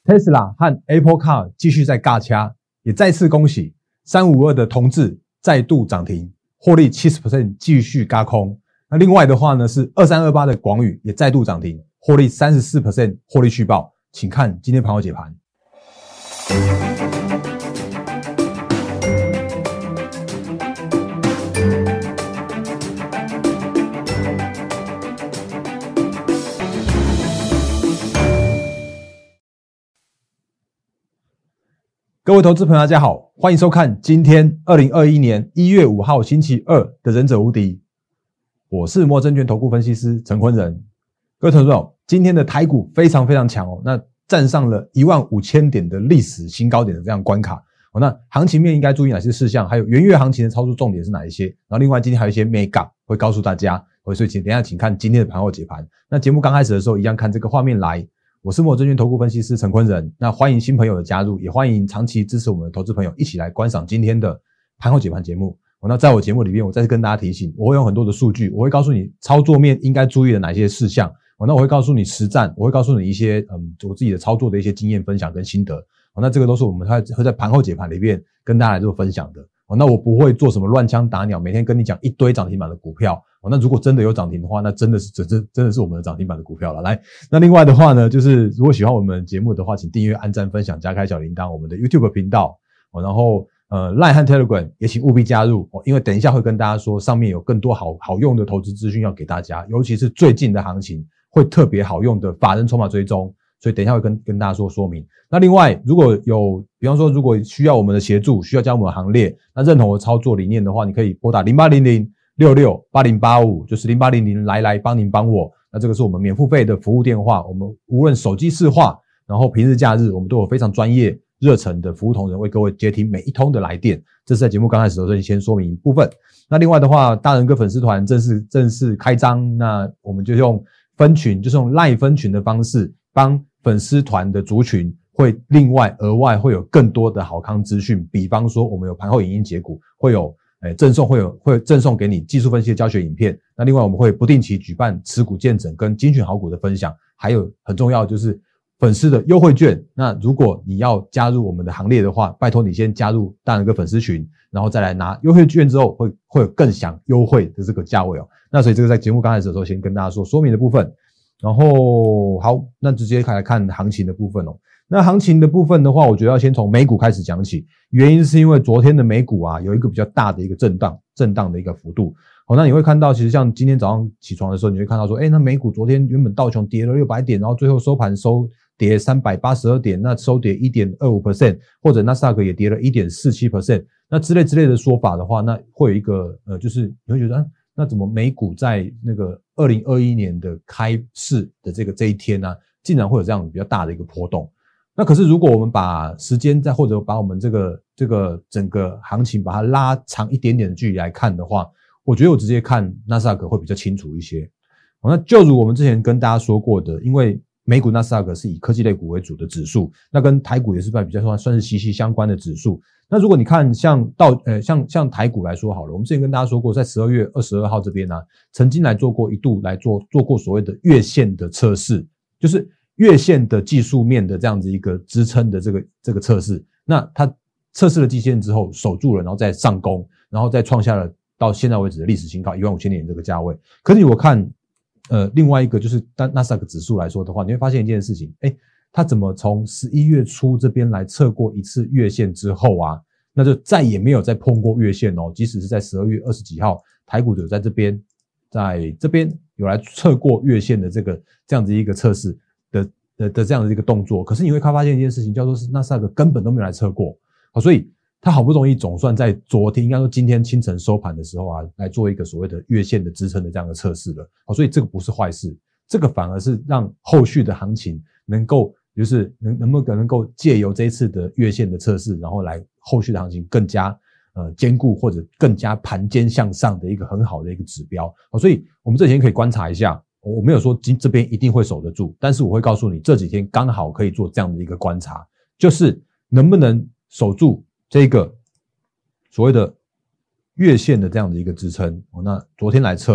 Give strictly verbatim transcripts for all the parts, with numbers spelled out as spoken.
Tesla 和 Apple Car 继续在尬掐，也再次恭喜三五二的同致再度涨停，获利 百分之七十 继续軋空。那另外的话呢，是二三二八的广宇也再度涨停，获利 百分之三十四 获利续报。请看今天盘后解盘。各位投资朋友大家好，欢迎收看今天二零二一年一月五号星期二的忍者无敌，我是摩尔证券投顾分析师陈坤仁。各位投资朋友，今天的台股非常非常强哦，那站上了一万五千点的历史新高点的这样关卡哦。那行情面应该注意哪些事项，还有元月行情的操作重点是哪一些，然后另外今天还有一些 mega 会告诉大家，所以请等一下请看今天的盘后解盘。那节目刚开始的时候一样看这个画面来，我是摩尔证券投顾分析师陈坤仁，那欢迎新朋友的加入，也欢迎长期支持我们的投资朋友一起来观赏今天的盘后解盘节目。那在我节目里面，我再次跟大家提醒，我会用很多的数据，我会告诉你操作面应该注意的哪些事项，那我会告诉你实战，我会告诉你一些嗯我自己的操作的一些经验分享跟心得。那这个都是我们会在盘后解盘里面跟大家来做分享的。那我不会做什么乱枪打鸟，每天跟你讲一堆涨停板的股票。那如果真的有涨停的话，那真的是真真真的是我们的涨停板的股票了。来，那另外的话呢，就是如果喜欢我们节目的话，请订阅、按赞、分享、加开小铃铛，我们的 YouTube 频道。然后呃 Line 和 Telegram 也请务必加入，因为等一下会跟大家说，上面有更多好好用的投资资讯要给大家，尤其是最近的行情会特别好用的法人筹码追踪。所以等一下会跟跟大家说说明。那另外如果有比方说如果需要我们的协助，需要加入我们的行列，那认同我的操作理念的话，你可以拨打零八零零六六八零八五，就是零八零零来来帮您帮我。那这个是我们免付费的服务电话，我们无论手机市话，然后平日假日，我们都有非常专业热忱的服务同仁为各位接听每一通的来电。这是在节目刚开始的时候先说明部分。那另外的话，大人哥粉丝团正式正式开张，那我们就用分群，就是用 LINE 分群的方式，帮粉丝团的族群会另外额外会有更多的好康资讯，比方说我们有盘后影音解股，会有诶赠送，会有会赠送给你技术分析的教学影片。那另外我们会不定期举办持股见证跟精选好股的分享，还有很重要就是粉丝的优惠券。那如果你要加入我们的行列的话，拜托你先加入大人哥粉丝群，然后再来拿优惠券之后会会有更享优惠的这个价位哦。那所以这个在节目刚开始的时候先跟大家说说明的部分。然后好，那直接开来看行情的部分哦。那行情的部分的话，我觉得要先从美股开始讲起，原因是因为昨天的美股啊有一个比较大的一个震荡，震荡的一个幅度。好，那你会看到，其实像今天早上起床的时候，你会看到说，诶，那美股昨天原本道琼跌了六百点，然后最后收盘收跌三百八十二点，那收跌 百分之一点二五， 或者纳斯达克也跌了 百分之一点四七， 那之类之类的说法的话，那会有一个呃，就是你会觉得啊，那怎么美股在那个二零二一年的开市的这个这一天呢、啊，竟然会有这样比较大的一个波动？那可是如果我们把时间再或者把我们这个这个整个行情把它拉长一点点的距离来看的话，我觉得我直接看纳斯达克会比较清楚一些。那就如我们之前跟大家说过的，因为美股纳斯达克是以科技类股为主的指数，那跟台股也是比较算算是息息相关的指数。那如果你看像到呃像像台股来说好了，我们之前跟大家说过，在十二月二十二号这边呢、啊，曾经来做过一度来做做过所谓的月线的测试，就是月线的技术面的这样子一个支撑的这个这个测试。那它测试了季线之后守住了，然后再上攻，然后再创下了到现在为止的历史新高一万五千点这个价位。可是如果看呃另外一个就是纳斯达克指数来说的话，你会发现一件事情，诶它怎么从十一月初这边来测过一次月线之后啊，那就再也没有再碰过月线哦。即使是在十二月二十几号，台股有在这边，在这边有来测过月线的这个这样子一个测试的的的这样的一个动作。可是你会发现一件事情，叫做是纳斯达克根本都没有来测过。好，所以它好不容易总算在昨天，应该说今天清晨收盘的时候啊，来做一个所谓的月线的支撑的这样的测试了。好，所以这个不是坏事，这个反而是让后续的行情能够。就是能能不能够借由这一次的月线的测试，然后来后续的行情更加呃坚固或者更加盘坚向上的一个很好的一个指标。所以我们这几天可以观察一下，我没有说这边一定会守得住，但是我会告诉你这几天刚好可以做这样的一个观察，就是能不能守住这个所谓的月线的这样的一个支撑。那昨天来测了，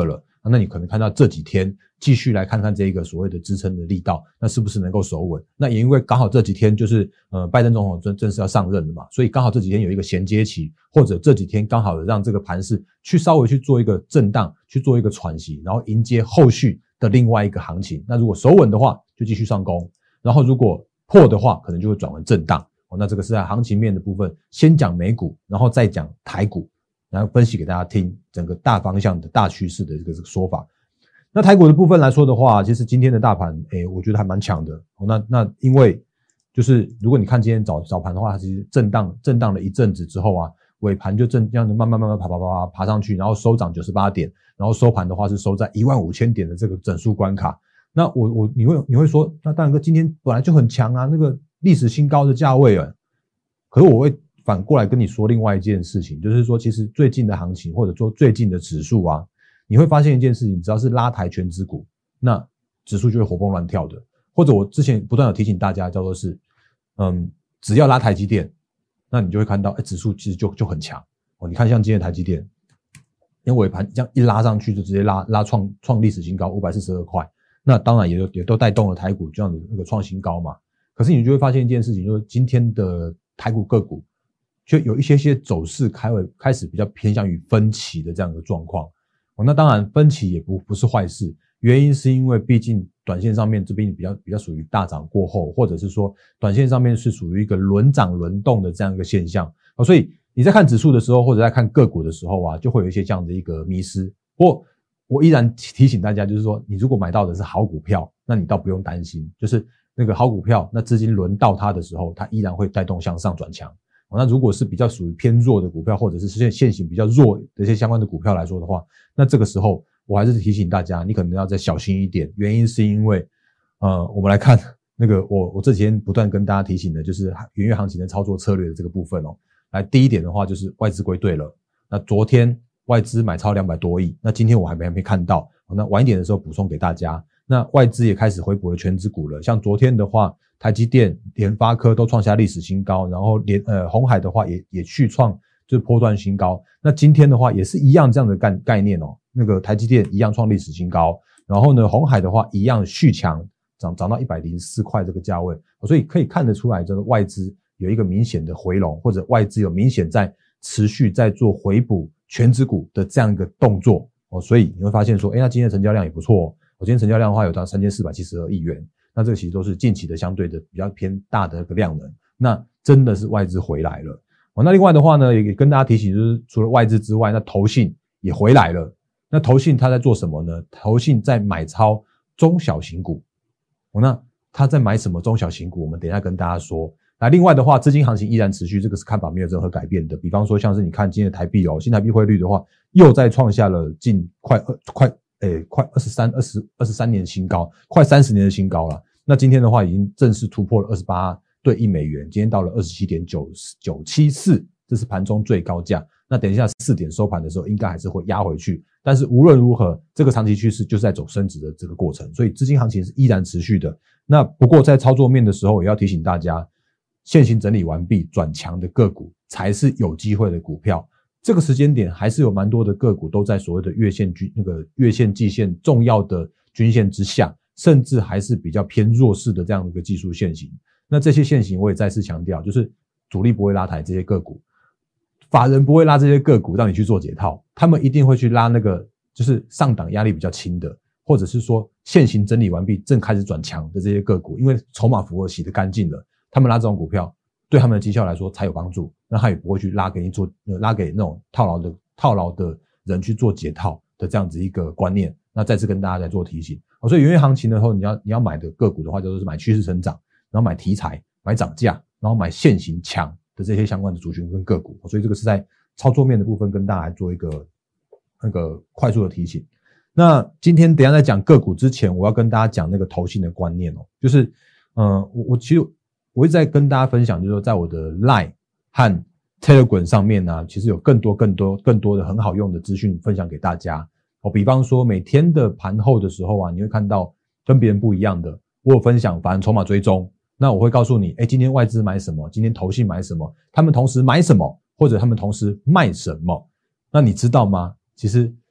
那你可能看到这几天继续来看看这个所谓的支撑的力道，那是不是能够守稳？那也因为刚好这几天就是呃拜登总统正正式要上任了嘛，所以刚好这几天有一个衔接期，或者这几天刚好让这个盘势去稍微去做一个震荡，去做一个喘息，然后迎接后续的另外一个行情。那如果守稳的话，就继续上攻，然后如果破的话，可能就会转为震荡。哦，那这个是在行情面的部分，先讲美股，然后再讲台股，然后分析给大家听整个大方向的大趋势的这个这个说法。那台股的部分来说的话，其实今天的大盘，诶，我觉得还蛮强的。哦，那那因为就是如果你看今天早早盘的话，它其实震荡震荡了一阵子之后啊，尾盘就正这样子慢慢慢慢爬爬爬爬爬上去，然后收涨九十八点，然后收盘的话是收在一万五千点的这个整数关卡。那我我你会你会说，那大仁哥今天本来就很强啊，那个历史新高的价位啊。可是我会反过来跟你说另外一件事情，就是说其实最近的行情或者说最近的指数啊，你会发现一件事情，只要是拉抬全指股，那指数就会活蹦乱跳的。或者我之前不断有提醒大家，叫做是，嗯，只要拉台积电，那你就会看到，哎，指数其实就就很强哦。你看像今天的台积电，因为尾盘这样一拉上去，就直接拉拉创创历史新高五百四十二块，那当然也都也都带动了台股这样的那个创新高嘛。可是你就会发现一件事情，就是今天的台股个股，就有一些些走势开始开始比较偏向于分歧的这样一个状况。哦，那当然分歧也不不是坏事，原因是因为毕竟短线上面这边比较比较属于大涨过后，或者是说短线上面是属于一个轮涨轮动的这样一个现象。哦，所以你在看指数的时候，或者在看个股的时候啊，就会有一些这样的一个迷失。不过我依然提醒大家，就是说你如果买到的是好股票，那你倒不用担心，就是那个好股票，那资金轮到它的时候，它依然会带动向上转强。那如果是比较属于偏弱的股票，或者是现现行比较弱的一些相关的股票来说的话，那这个时候我还是提醒大家，你可能要再小心一点。原因是因为，呃，我们来看那个我我这几天不断跟大家提醒的，就是元月行情的操作策略的这个部分哦。来，第一点的话就是外资归队了。那昨天外资买超两百多亿，那今天我还没还没看到，那晚一点的时候补充给大家。那外资也开始回补了全指股了，像昨天的话，台积电、联发科都创下历史新高，然后连呃鸿海的话也也续创就是波段新高。那今天的话也是一样这样的概概念哦，那个台积电一样创历史新高，然后呢鸿海的话一样续强，涨涨到一百零四块这个价位，所以可以看得出来，这个外资有一个明显的回笼，或者外资有明显在持续在做回补全指股的这样一个动作哦，所以你会发现说，诶，那今天的成交量也不错哦。我今天成交量的话有到三千四百七十二亿元，那这个其实都是近期的相对的比较偏大的一个量能，那真的是外资回来了。那另外的话呢，也跟大家提醒，就是除了外资之外，那投信也回来了。那投信他在做什么呢？投信在买超中小型股。那他在买什么中小型股？我们等一下跟大家说。那另外的话，资金行情依然持续，这个是看法没有任何改变的。比方说像是你看今天的台币哦，新台币汇率的话，又再创下了近快二快诶快二十三、二十、二十三年新高，快三十年的新高了。那今天的话已经正式突破了二十八对一美元，今天到了 二十七点九九七四， 这是盘中最高价。那等一下四点收盘的时候应该还是会压回去，但是无论如何这个长期趋势就是在走升值的这个过程，所以资金行情是依然持续的。那不过在操作面的时候也要提醒大家，现行整理完毕转强的个股才是有机会的股票。这个时间点还是有蛮多的个股都在所谓的月线均那个月线季线重要的均线之下，甚至还是比较偏弱势的这样的一个技术线型。那这些线型我也再次强调，就是主力不会拉抬这些个股，法人不会拉这些个股让你去做解套，他们一定会去拉那个就是上档压力比较轻的，或者是说现行整理完毕正开始转强的这些个股，因为筹码符合洗得干净了，他们拉这种股票对他们的绩效来说才有帮助，那他也不会去拉给你做拉给那种套牢的套牢的人去做解套的这样子一个观念。那再次跟大家来做提醒，所以元月行情的时候，你要你要买的个股的话，就是买趋势成长，然后买题材，买涨价，然后买现行强的这些相关的族群跟个股。所以这个是在操作面的部分跟大家来做一个那个快速的提醒。那今天等一下在讲个股之前，我要跟大家讲那个投信的观念哦，就是嗯，我我其实我一直在跟大家分享，就是说在我的 Line 和 Telegram 上面呢、啊，其实有更多更多更多的很好用的资讯分享给大家。哦，比方说每天的盘后的时候啊，你会看到跟别人不一样的，我有分享法人筹码追踪，那我会告诉你，诶，今天外资买什么，今天投信买什么，他们同时买什么，或者他们同时卖什么。那你知道吗？其实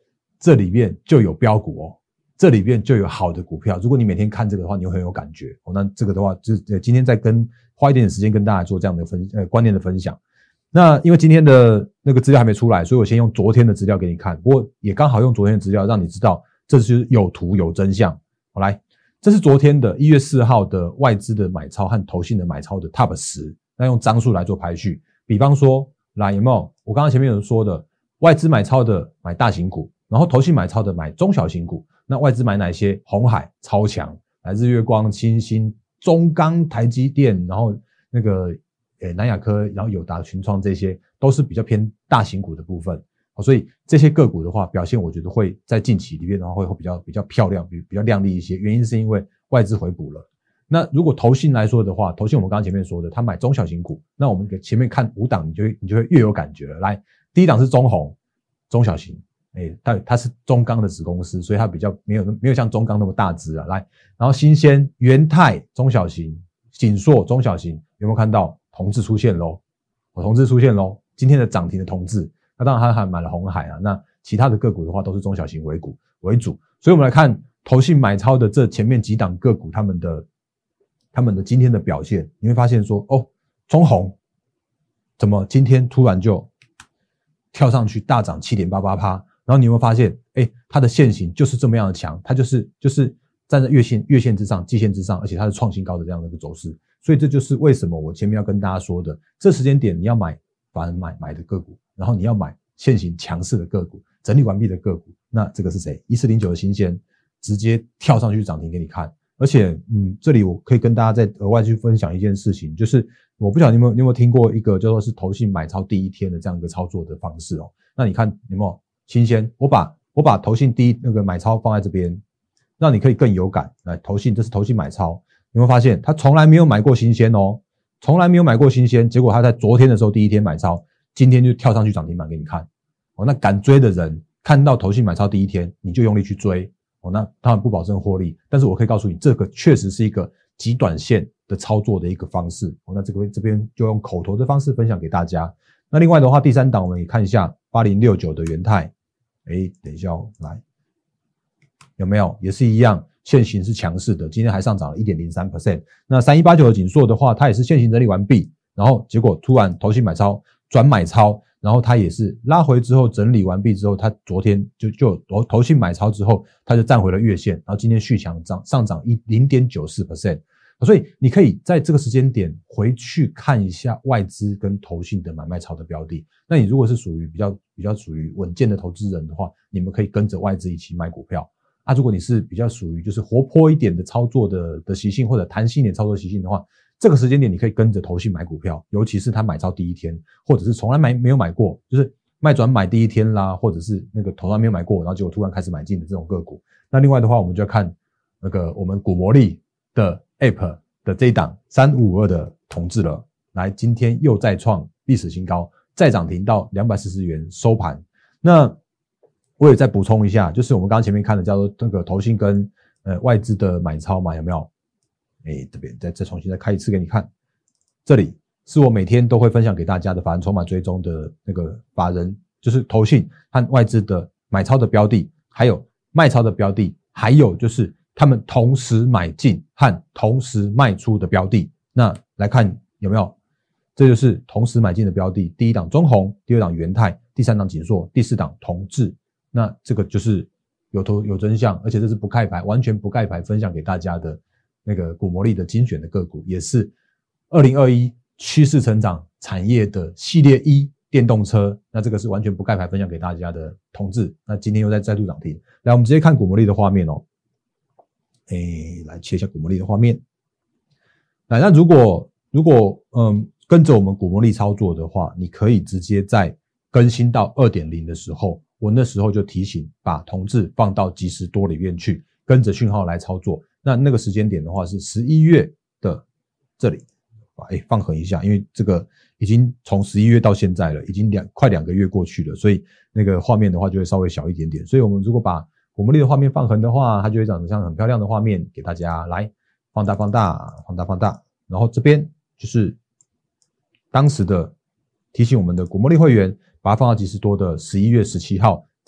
这里面就有标股哦，这里面就有好的股票。如果你每天看这个的话，你会很有感觉哦。那这个的话，就是今天再跟花一点点时间跟大家做这样的分呃观念的分享。那因为今天的那个资料还没出来，所以我先用昨天的资料给你看。不过也刚好用昨天的资料，让你知道这是有图有真相。好，来，这是昨天的一月四号的外资的买超和投信的买超的 Top 十。那用张数来做排序，比方说，来有没有？我刚刚前面有说的，外资买超的买大型股，然后投信买超的买中小型股。那外资买哪些？鸿海超强，来日月光、清新、中钢、台积电，然后那个。诶，南亚科，然后友达、群创这些都是比较偏大型股的部分，所以这些个股的话，表现我觉得会在近期里面的话会会比较比较漂亮，比比较亮丽一些。原因是因为外资回补了。那如果投信来说的话，投信我们刚刚前面说的，他买中小型股，那我们前面看五档，你就会你就会越有感觉了。来，第一档是中鸿，中小型，诶，它它是中钢的子公司，所以它比较没有没有像中钢那么大只啊。来，然后新鲜、元泰中小型，锦硕中小型，有没有看到？同志出现咯，我同志出现咯，今天的涨停的同志，那当然他还买了鸿海啊，那其他的个股的话都是中小型为股为主，所以我们来看投信买超的这前面几档个股他们的他们的今天的表现，你会发现说哦，中鸿怎么今天突然就跳上去大涨 百分之七点八八， 然后你会发现诶它的线型就是这么样的强，它就是就是站在月线月线之上季线之上，而且它是创新高的这样的一个走势。所以这就是为什么我前面要跟大家说的，这时间点你要买反而买买的个股，然后你要买现行强势的个股，整理完毕的个股。那这个是谁？一四零九的新鲜直接跳上去涨停给你看。而且嗯，这里我可以跟大家再额外去分享一件事情，就是我不晓得你有没有你有没有听过一个叫做是投信买超第一天的这样一个操作的方式哦。那你看有没有新鲜？我把我把投信第一那个买超放在这边，让你可以更有感。来，投信这是投信买超。你会发现他从来没有买过新鲜哦，从来没有买过新鲜，结果他在昨天的时候第一天买超，今天就跳上去涨停板给你看哦。那敢追的人看到投信买超第一天，你就用力去追哦。那当然不保证获利，但是我可以告诉你，这个确实是一个极短线的操作的一个方式哦。那这个这边就用口头的方式分享给大家。那另外的话，第三档我们也看一下八零六九的元泰，诶，等一下哦，来有没有也是一样。现行是强势的，今天还上涨了 百分之一点零三。那三一八九的锦硕的话，它也是现行整理完毕，然后结果突然投信买超转买超，然后它也是拉回之后整理完毕之后，它昨天就就投投信买超之后，它就站回了月线，然后今天续强涨上涨 百分之零点九四。所以你可以在这个时间点回去看一下外资跟投信的买卖超的标的。那你如果是属于比较比较属于稳健的投资人的话，你们可以跟着外资一起买股票。啊，如果你是比较属于就是活泼一点的操作的的习性，或者弹性一点操作习性的话，这个时间点你可以跟着投信买股票，尤其是他买超第一天，或者是从来买没有买过，就是卖转买第一天啦，或者是那个从来没有买过，然后结果突然开始买进的这种个股。那另外的话，我们就要看那个我们股魔力的 App 的这一档三五五二的同志了，来今天又再创历史新高，再涨停到两百四十元收盘。那我也再补充一下，就是我们刚刚前面看的叫做那个投信跟呃外资的买超嘛，有没有？诶，这边再再重新再开一次给你看。这里是我每天都会分享给大家的法人筹码追踪的那个法人，就是投信和外资的买超的标的，还有卖超的标的，还有就是他们同时买进和同时卖出的标的。那来看有没有？这就是同时买进的标的，第一档中鸿，第二档元泰，第三档锦硕，第四档同志。那这个就是有头有真相，而且这是不盖牌，完全不盖牌分享给大家的那个股魔力的精选的个股，也是二零二一趋势成长产业的系列一电动车。那这个是完全不盖牌分享给大家的同志。那今天又在再度涨停。来，我们直接看股魔力的画面哦。诶，来切一下股魔力的画面。来，那如果如果嗯跟着我们股魔力操作的话，你可以直接在更新到 二点零 的时候，我那时候就提醒把同志放到即时多里面去，跟着讯号来操作。那那个时间点的话是十一月的这里，哎，放横一下，因为这个已经从十一月到现在了，已经两快两个月过去了，所以那个画面的话就会稍微小一点点。所以我们如果把股魔力的画面放横的话，它就会长得像很漂亮的画面给大家来放大放大放大放大。然后这边就是当时的提醒我们的股魔力会员，把它放到即时多的十一月十七号，在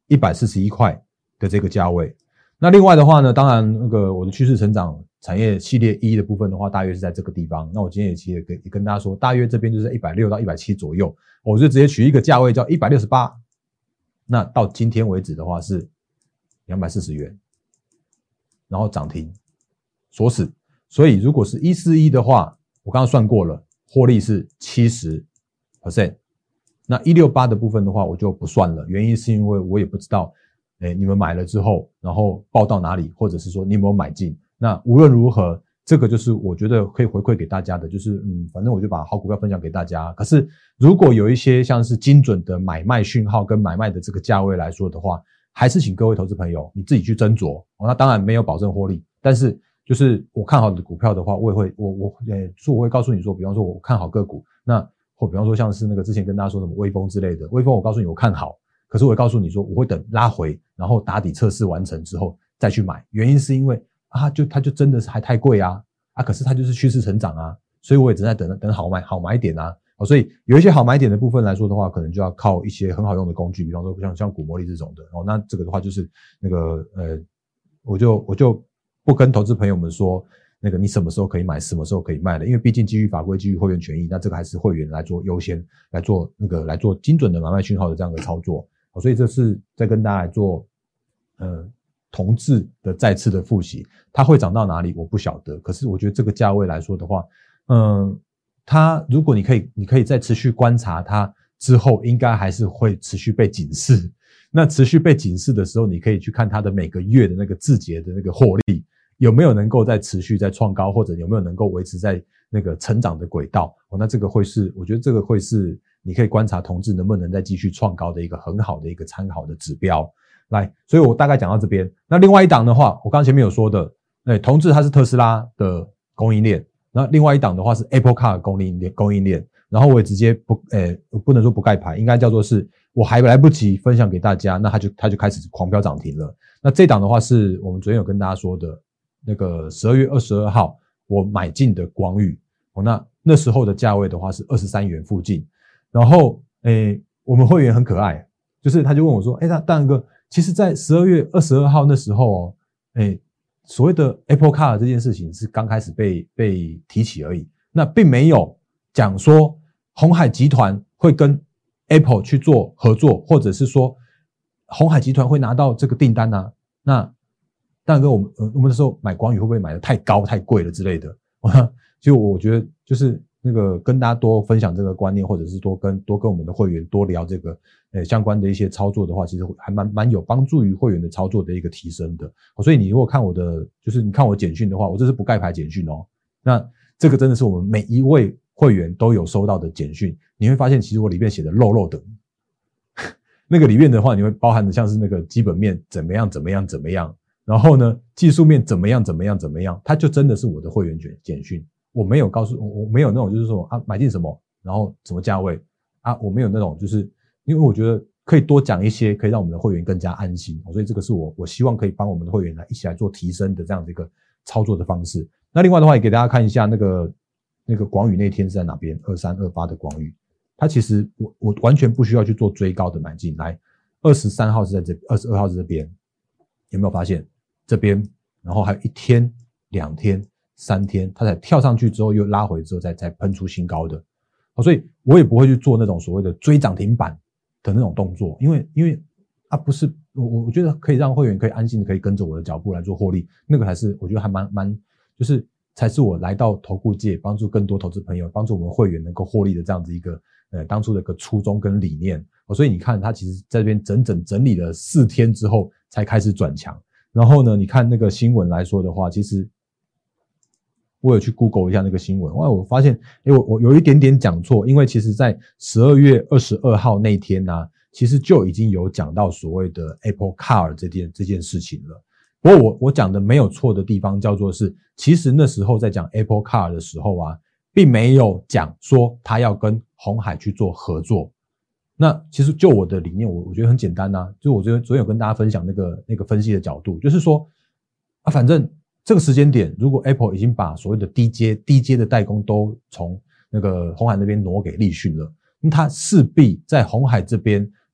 一百四十一块的这个价位。那另外的话呢，当然那个我的趋势成长产业系列一的部分的话，大约是在这个地方。那我今天也其实也跟也跟大家说，大约这边就是一百六到一百七左右，我就直接取一个价位叫一百六十八。那到今天为止的话是两百四十元，然后涨停锁死。所以如果是一四一的话，我刚刚算过了，获利是 百分之七十。那一六八的部分的话我就不算了，原因是因为我也不知道诶你们买了之后然后报到哪里，或者是说你有没有买进。那无论如何，这个就是我觉得可以回馈给大家的，就是嗯，反正我就把好股票分享给大家。可是如果有一些像是精准的买卖讯号跟买卖的这个价位来说的话，还是请各位投资朋友你自己去斟酌。哦，那当然没有保证获利，但是就是我看好的股票的话，我也会我我诶，所以我会告诉你说，比方说我看好个股，那或比方说像是那个之前跟大家说什么微风之类的，微风我告诉你我看好，可是我会告诉你说我会等拉回，然后打底测试完成之后再去买。原因是因为啊，就它就真的是还太贵啊啊，可是它就是趋势成长啊，所以我也正在等等好买好买点啊。哦，所以有一些好买点的部分来说的话，可能就要靠一些很好用的工具，比方说像像股魔力这种的。哦，那这个的话就是那个呃，我就我就不跟投资朋友们说那个你什么时候可以买，什么时候可以卖的，因为毕竟基于法规、基于会员权益，那这个还是会员来做优先来做那个来做精准的买卖讯号的这样的操作。哦，所以这是在跟大家来做呃同志的再次的复习，它会涨到哪里我不晓得，可是我觉得这个价位来说的话，嗯，它如果你可以你可以再持续观察它之后，应该还是会持续被警示。那持续被警示的时候，你可以去看它的每个月的那个字节的那个获利有没有能够再持续再创高，或者有没有能够维持在那个成长的轨道。哦，那这个会是我觉得这个会是你可以观察同志能不能再继续创高的一个很好的一个参考的指标。来，所以我大概讲到这边。那另外一档的话，我刚刚前面有说的，哎，同志它是特斯拉的供应链，那另外一档的话是 Apple Car 的供应链供应链。然后我也直接不，诶，不能说不盖牌，应该叫做是我还来不及分享给大家，那它就它就开始狂飙涨停了。那这档的话是我们昨天有跟大家说的，那个十二月二十二号我买进的广宇，哦，那那时候的价位的话是二十三元附近。然后，诶，我们会员很可爱，就是他就问我说，诶，那大哥，其实在十二月二十二号那时候哦，诶，所谓的 Apple Car 这件事情是刚开始被被提起而已，那并没有讲说鸿海集团会跟 Apple 去做合作，或者是说鸿海集团会拿到这个订单啊。那大哥，我们呃我们那时候买广宇会不会买的太高太贵了之类的？其实我觉得就是那个跟大家多分享这个观念，或者是多跟多跟我们的会员多聊这个呃相关的一些操作的话，其实还蛮蛮有帮助于会员的操作的一个提升的。所以你如果看我的就是你看我简讯的话，我这是不盖牌简讯哦。那这个真的是我们每一位会员都有收到的简讯，你会发现其实我里面写的肉肉的那个里面的话，你会包含的像是那个基本面怎么样怎么样怎么样，然后呢技术面怎么样怎么样怎么样，它就真的是我的会员简讯。我没有告诉我没有那种就是说啊买进什么然后什么价位啊，我没有那种，就是因为我觉得可以多讲一些可以让我们的会员更加安心，所以这个是我我希望可以帮我们的会员来一起来做提升的这样的一个操作的方式。那另外的话也给大家看一下那个那个广宇那天是在哪边，二三二八的广宇，它其实我我完全不需要去做追高的买进来。二十三号是在这，二十二号是这边，有没有发现这边，然后还有一天两天三天，它才跳上去之后又拉回之后再再喷出新高的。所以我也不会去做那种所谓的追涨停板的那种动作，因为因为啊不是我我觉得可以让会员可以安心的可以跟着我的脚步来做获利，那个才是我觉得还蛮蛮就是才是我来到投顾界帮助更多投资朋友，帮助我们会员能够获利的这样子一个呃当初的一个初衷跟理念。所以你看它其实在这边整整整理了四天之后才开始转强。然后呢你看那个新闻来说的话，其实我有去 Google 一下那个新闻，哇，我发现诶我我有一点点讲错，因为其实在十二月二十二号那天啊，其实就已经有讲到所谓的 Apple Car 这件这件事情了。不过我我讲的没有错的地方叫做是，其实那时候在讲 Apple Car 的时候啊，并没有讲说他要跟鸿海去做合作。那其实就我的理念，我我觉得很简单啊，就我觉得昨天有跟大家分享那个那个分析的角度，就是说啊，反正这个时间点，如果 Apple 已经把所谓的低阶低阶的代工都从那个鸿海那边挪给立讯了，那它势必在鸿海这边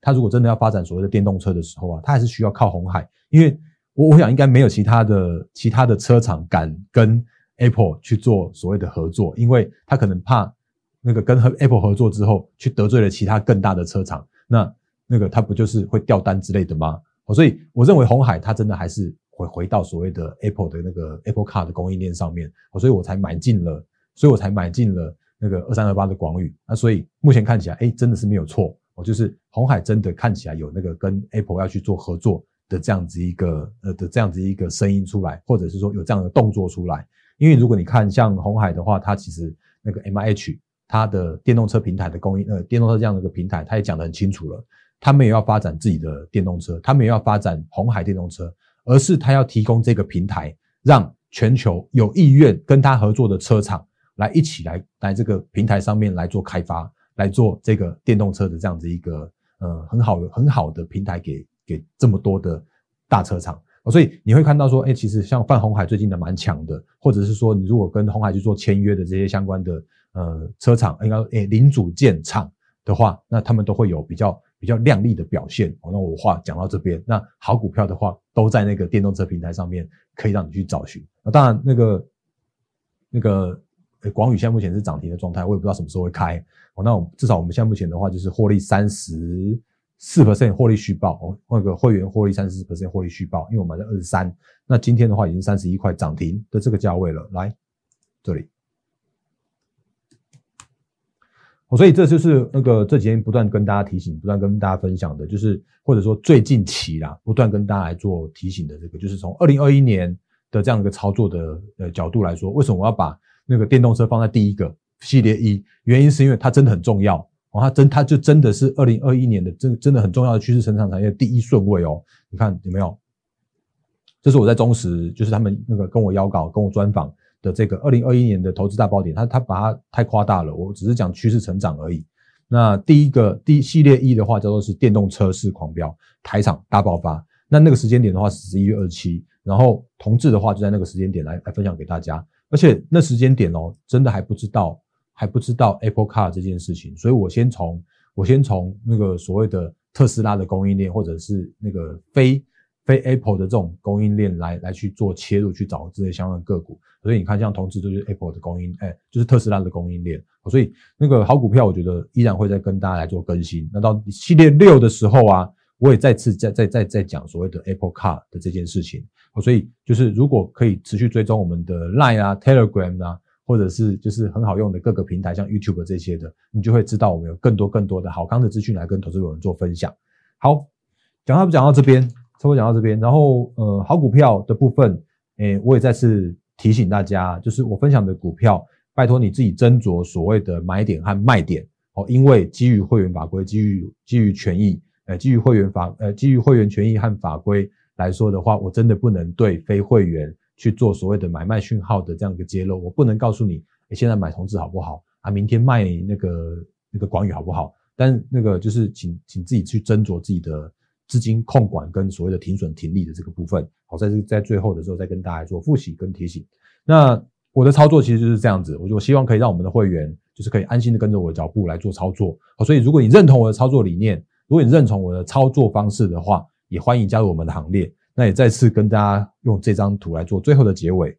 它如果真的要发展所谓的电动车的时候啊，它还是需要靠鸿海，因为我我想应该没有其他的其他的车厂敢跟 Apple 去做所谓的合作，因为他可能怕那个跟 Apple 合作之后去得罪了其他更大的车厂，那那个他不就是会掉单之类的吗？所以我认为鸿海它真的还是回回到所谓的 Apple 的那个 Apple Car 的供应链上面，所以我才买进了，所以我才买进了那个二三二八的广宇。那所以目前看起来，哎，真的是没有错，哦，就是鸿海真的看起来有那个跟 Apple 要去做合作的这样子一个呃的这样子一个声音出来，或者是说有这样的动作出来。因为如果你看像鸿海的话，它其实那个 M I H 它的电动车平台的供应，呃，电动车这样的一个平台，它也讲得很清楚了。他们也要发展自己的电动车，他们也要发展鸿海电动车，而是他要提供这个平台，让全球有意愿跟他合作的车厂来一起来来这个平台上面来做开发，来做这个电动车的这样子一个呃很好的很好的平台给给这么多的大车厂。所以你会看到说，哎，其实像泛鸿海最近的蛮强的，或者是说你如果跟鸿海去做签约的这些相关的呃车厂，应该诶零组件厂的话，那他们都会有比较比较亮丽的表现。那我话讲到这边，那好股票的话都在那个电动车平台上面可以让你去找寻。那当然那个那个广宇现在目前是涨停的状态，我也不知道什么时候会开。那我至少我们现在目前的话就是获利 百分之三十四 获利续报，哦，那个会员获利 百分之三十四 获利续报，因为我们在二十三，那今天的话已经三十一块涨停的这个价位了。来这里，所以这就是那个这几天不断跟大家提醒，不断跟大家分享的，就是或者说最近期啦，不断跟大家来做提醒的这个，就是从二零二一年的这样一个操作的呃角度来说，为什么我要把那个电动车放在第一个系列一？原因是因为它真的很重要。哦，它真，它就真的是二零二一年的真真的很重要的趋势成长产业第一顺位哦。你看有没有？这是我在中时，就是他们那个跟我邀稿、跟我专访的这个二零二一年的投资大爆点，他他把它太夸大了，我只是讲趋势成长而已。那第一个第一系列一的话叫做是电动车市狂飙，台厂大爆发。那那个时间点的话是十一月二十七，然后同志的话就在那个时间点来来分享给大家，而且那时间点哦，真的还不知道。还不知道 Apple Car 这件事情，所以我先从我先从那个所谓的特斯拉的供应链，或者是那个非非 Apple 的这种供应链来来去做切入，去找这些相关的个股。所以你看，像同志就是 Apple 的供应，哎，就是特斯拉的供应链。所以那个好股票，我觉得依然会再跟大家来做更新。那到系列六的时候啊，我也再次再再再再讲所谓的 Apple Car 的这件事情。所以就是如果可以持续追踪我们的 Line 啊、Telegram 啊。或者是就是很好用的各个平台，像 YouTube 这些的，你就会知道我们有更多更多的好康的资讯来跟投资友人做分享。好，讲到讲到这边，差不多讲到这边，然后呃，好股票的部分，诶，我也再次提醒大家，就是我分享的股票，拜托你自己斟酌所谓的买点和卖点哦，因为基于会员法规，基于基于权益，呃，基于会员法，呃，基于会员权益和法规来说的话，我真的不能对非会员去做所谓的买卖讯号的这样一个揭露，我不能告诉你，诶，现在买同志好不好啊？明天卖那个那个广宇好不好？但那个就是请请自己去斟酌自己的资金控管跟所谓的停损停利的这个部分。好，在这在最后的时候再跟大家做复习跟提醒。那我的操作其实就是这样子，我就希望可以让我们的会员就是可以安心的跟着我的脚步来做操作。好，所以如果你认同我的操作理念，如果你认同我的操作方式的话，也欢迎加入我们的行列。那也再次跟大家用这张图来做最后的结尾。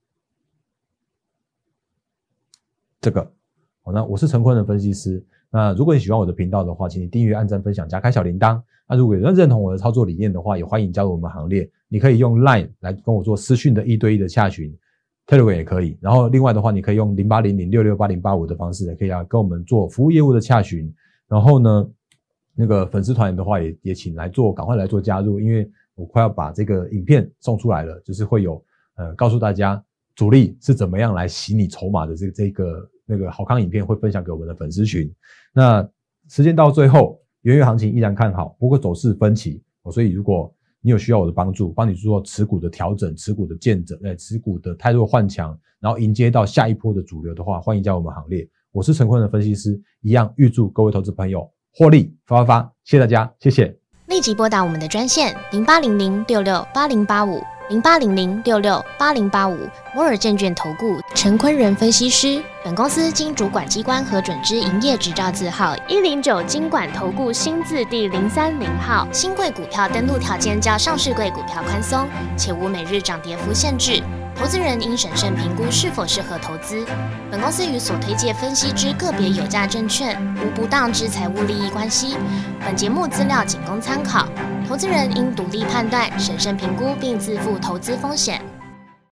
这个，好，那我是陈坤的分析师。那如果你喜欢我的频道的话，请你订阅、按赞、分享、加开小铃铛。那如果有人认同我的操作理念的话，也欢迎加入我们行列。你可以用 Line 来跟我做私讯的一对一的洽询 ，Telegram 也可以。然后另外的话，你可以用零八零零六六八零八五的方式，也可以来跟我们做服务业务的洽询。然后呢，那个粉丝团的话也也请来做，赶快来做加入，因为我快要把这个影片送出来了，就是会有呃告诉大家主力是怎么样来洗你筹码的这个这个那个好康影片会分享给我们的粉丝群。那时间到最后，元月行情依然看好，不过走势分歧，所以如果你有需要我的帮助，帮你做持股的调整、持股的见证、呃持股的态度换强，然后迎接到下一波的主流的话，欢迎加入我们行列。我是陈坤的分析师，一样预祝各位投资朋友获利发发发，谢谢大家，谢谢。 立即拨打我们的专线零八零零六六八零八五零八零零六六八零八五。摩尔证券投顾陈坤仁分析师。本公司经主管机关核准之营业执照字号一零九金管投顾新字第零三零号。新贵股票登录条件较上市贵股票宽松，且无每日涨跌幅限制。投资人应审慎评估是否适合投资。本公司与所推介分析之个别有价证券无不当之财务利益关系。本节目资料仅供参考，投资人应独立判断、审慎评估并自负投资风险。